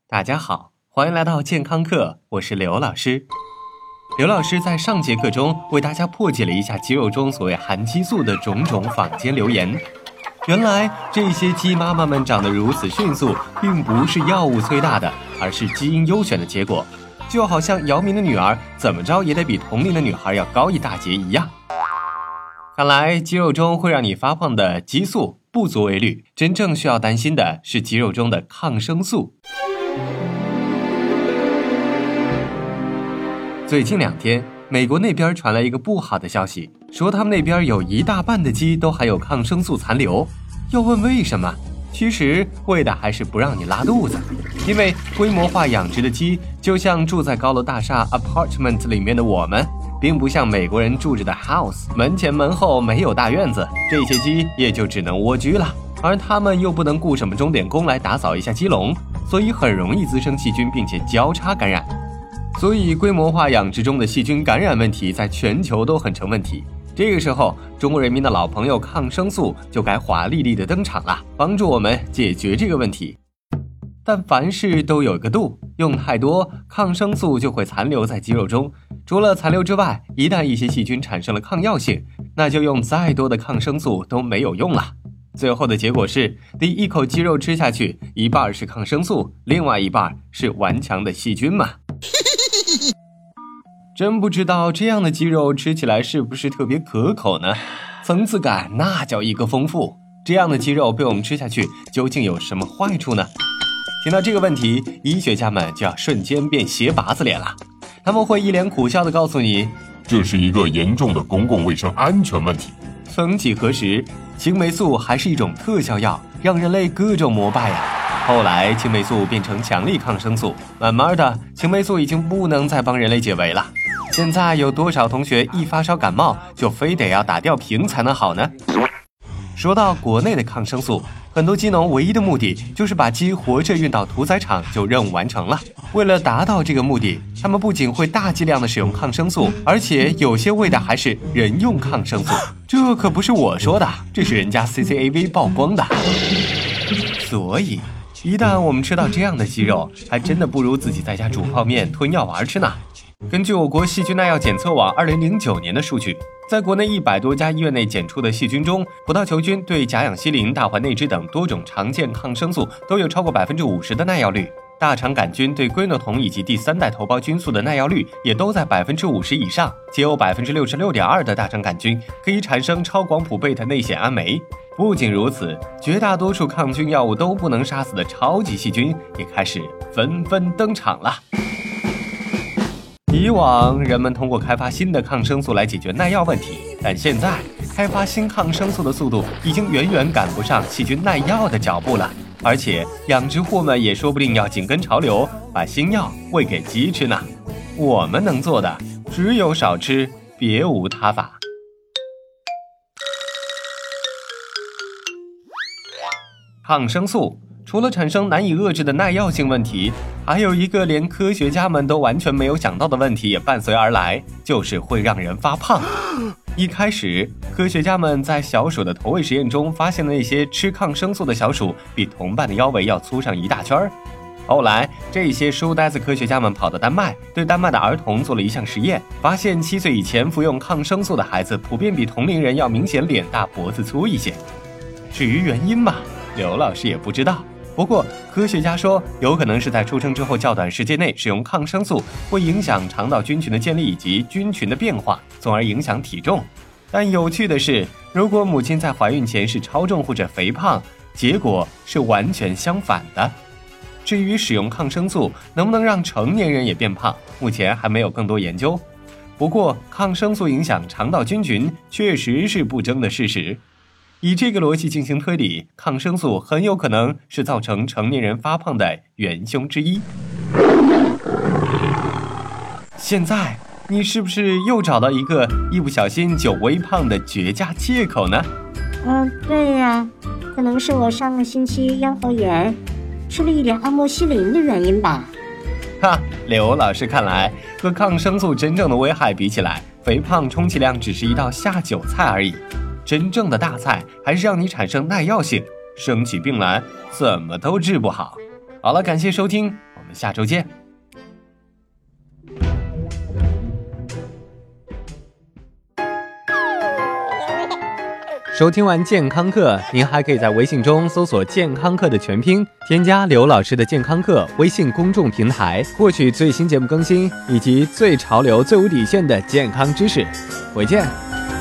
大家好，欢迎来到健康课，我是刘老师。刘老师在上节课中为大家破解了一下鸡肉中所谓含激素的种种坊间流言。原来这些鸡妈妈们长得如此迅速，并不是药物催大的，而是基因优选的结果。就好像姚明的女儿怎么着也得比同龄的女孩要高一大截一样。看来鸡肉中会让你发胖的激素不足为虑，真正需要担心的是鸡肉中的抗生素。最近2天，美国那边传来一个不好的消息，说他们那边有1大半的鸡都含有抗生素残留。要问为什么？其实为的还是不让你拉肚子。因为规模化养殖的鸡就像住在高楼大厦 apartment 里面的我们，并不像美国人住着的 house， 门前门后没有大院子，这些鸡也就只能蜗居了。而他们又不能雇什么钟点工来打扫一下鸡笼，所以很容易滋生细菌，并且交叉感染。所以规模化养殖中的细菌感染问题在全球都很成问题。这个时候，中国人民的老朋友抗生素就该华丽丽的登场了，帮助我们解决这个问题。但凡事都有一个度，用太多抗生素就会残留在鸡肉中。除了残留之外，一旦一些细菌产生了抗药性，那就用再多的抗生素都没有用了。最后的结果是，第一口鸡肉吃下去，一半是抗生素，另外一半是顽强的细菌嘛。真不知道这样的鸡肉吃起来是不是特别可口呢？层次感那叫一个丰富。这样的鸡肉被我们吃下去，究竟有什么坏处呢？听到这个问题，医学家们就要瞬间变斜拔子脸了。他们会一脸苦笑地告诉你， 这是一个严重的公共卫生安全问题。 曾几何时，青霉素还是一种特效药，让人类各种膜拜呀。后来青霉素变成强力抗生素，慢慢的青霉素已经不能再帮人类解围了。现在有多少同学一发烧感冒就非得要打吊瓶才能好呢？说到国内的抗生素，很多鸡农唯一的目的就是把鸡活着运到屠宰场就任务完成了。为了达到这个目的，他们不仅会大剂量的使用抗生素，而且有些喂的还是人用抗生素。这可不是我说的，这是人家 CCAV 曝光的。所以一旦我们吃到这样的鸡肉，还真的不如自己在家煮泡面吞药丸吃呢。根据我国细菌耐药检测网2009年的数据，在国内100多家医院内检出的细菌中，葡萄球菌对甲氧西林、大环内酯等多种常见抗生素都有超过50%的耐药率。大肠杆菌对龟诺酮以及第3代头孢菌素的耐药率也都在50%以上，且有66.2%的大肠杆菌可以产生超广谱贝塔内酰胺酶。不仅如此，绝大多数抗菌药物都不能杀死的超级细菌也开始纷纷登场了。以往人们通过开发新的抗生素来解决耐药问题，但现在开发新抗生素的速度已经远远赶不上细菌耐药的脚步了。而且养殖户们也说不定要紧跟潮流，把新药喂给鸡吃呢。我们能做的只有少吃，别无他法。抗生素除了产生难以遏制的耐药性问题，还有一个连科学家们都完全没有想到的问题也伴随而来，就是会让人发胖。一开始，科学家们在小鼠的投喂实验中发现了那些吃抗生素的小鼠比同伴的腰围要粗上一大圈。后来，这些书呆子科学家们跑到丹麦，对丹麦的儿童做了一项实验，发现7岁以前服用抗生素的孩子普遍比同龄人要明显脸大脖子粗一些。至于原因嘛，刘老师也不知道。不过科学家说，有可能是在出生之后较短时间内使用抗生素会影响肠道菌群的建立以及菌群的变化，从而影响体重。但有趣的是，如果母亲在怀孕前是超重或者肥胖，结果是完全相反的。至于使用抗生素能不能让成年人也变胖，目前还没有更多研究。不过抗生素影响肠道菌群确实是不争的事实。以这个逻辑进行推理，抗生素很有可能是造成成年人发胖的元凶之一。现在你是不是又找到一个一不小心就微胖的绝佳借口呢？ 对呀，可能是我上个星期咽喉炎，吃了一点阿莫西林的原因吧。 刘老师看来，和抗生素真正的危害比起来，肥胖充其量只是一道下酒菜而已。真正的大菜还是让你产生耐药性，生起病来怎么都治不好。好了，感谢收听，我们们下周见。收听完健康课，您还可以在微信中搜索健康课的全拼，添加刘老师的健康课微信公众平台，获取最新节目更新以及最潮流最无底线的健康知识。回见。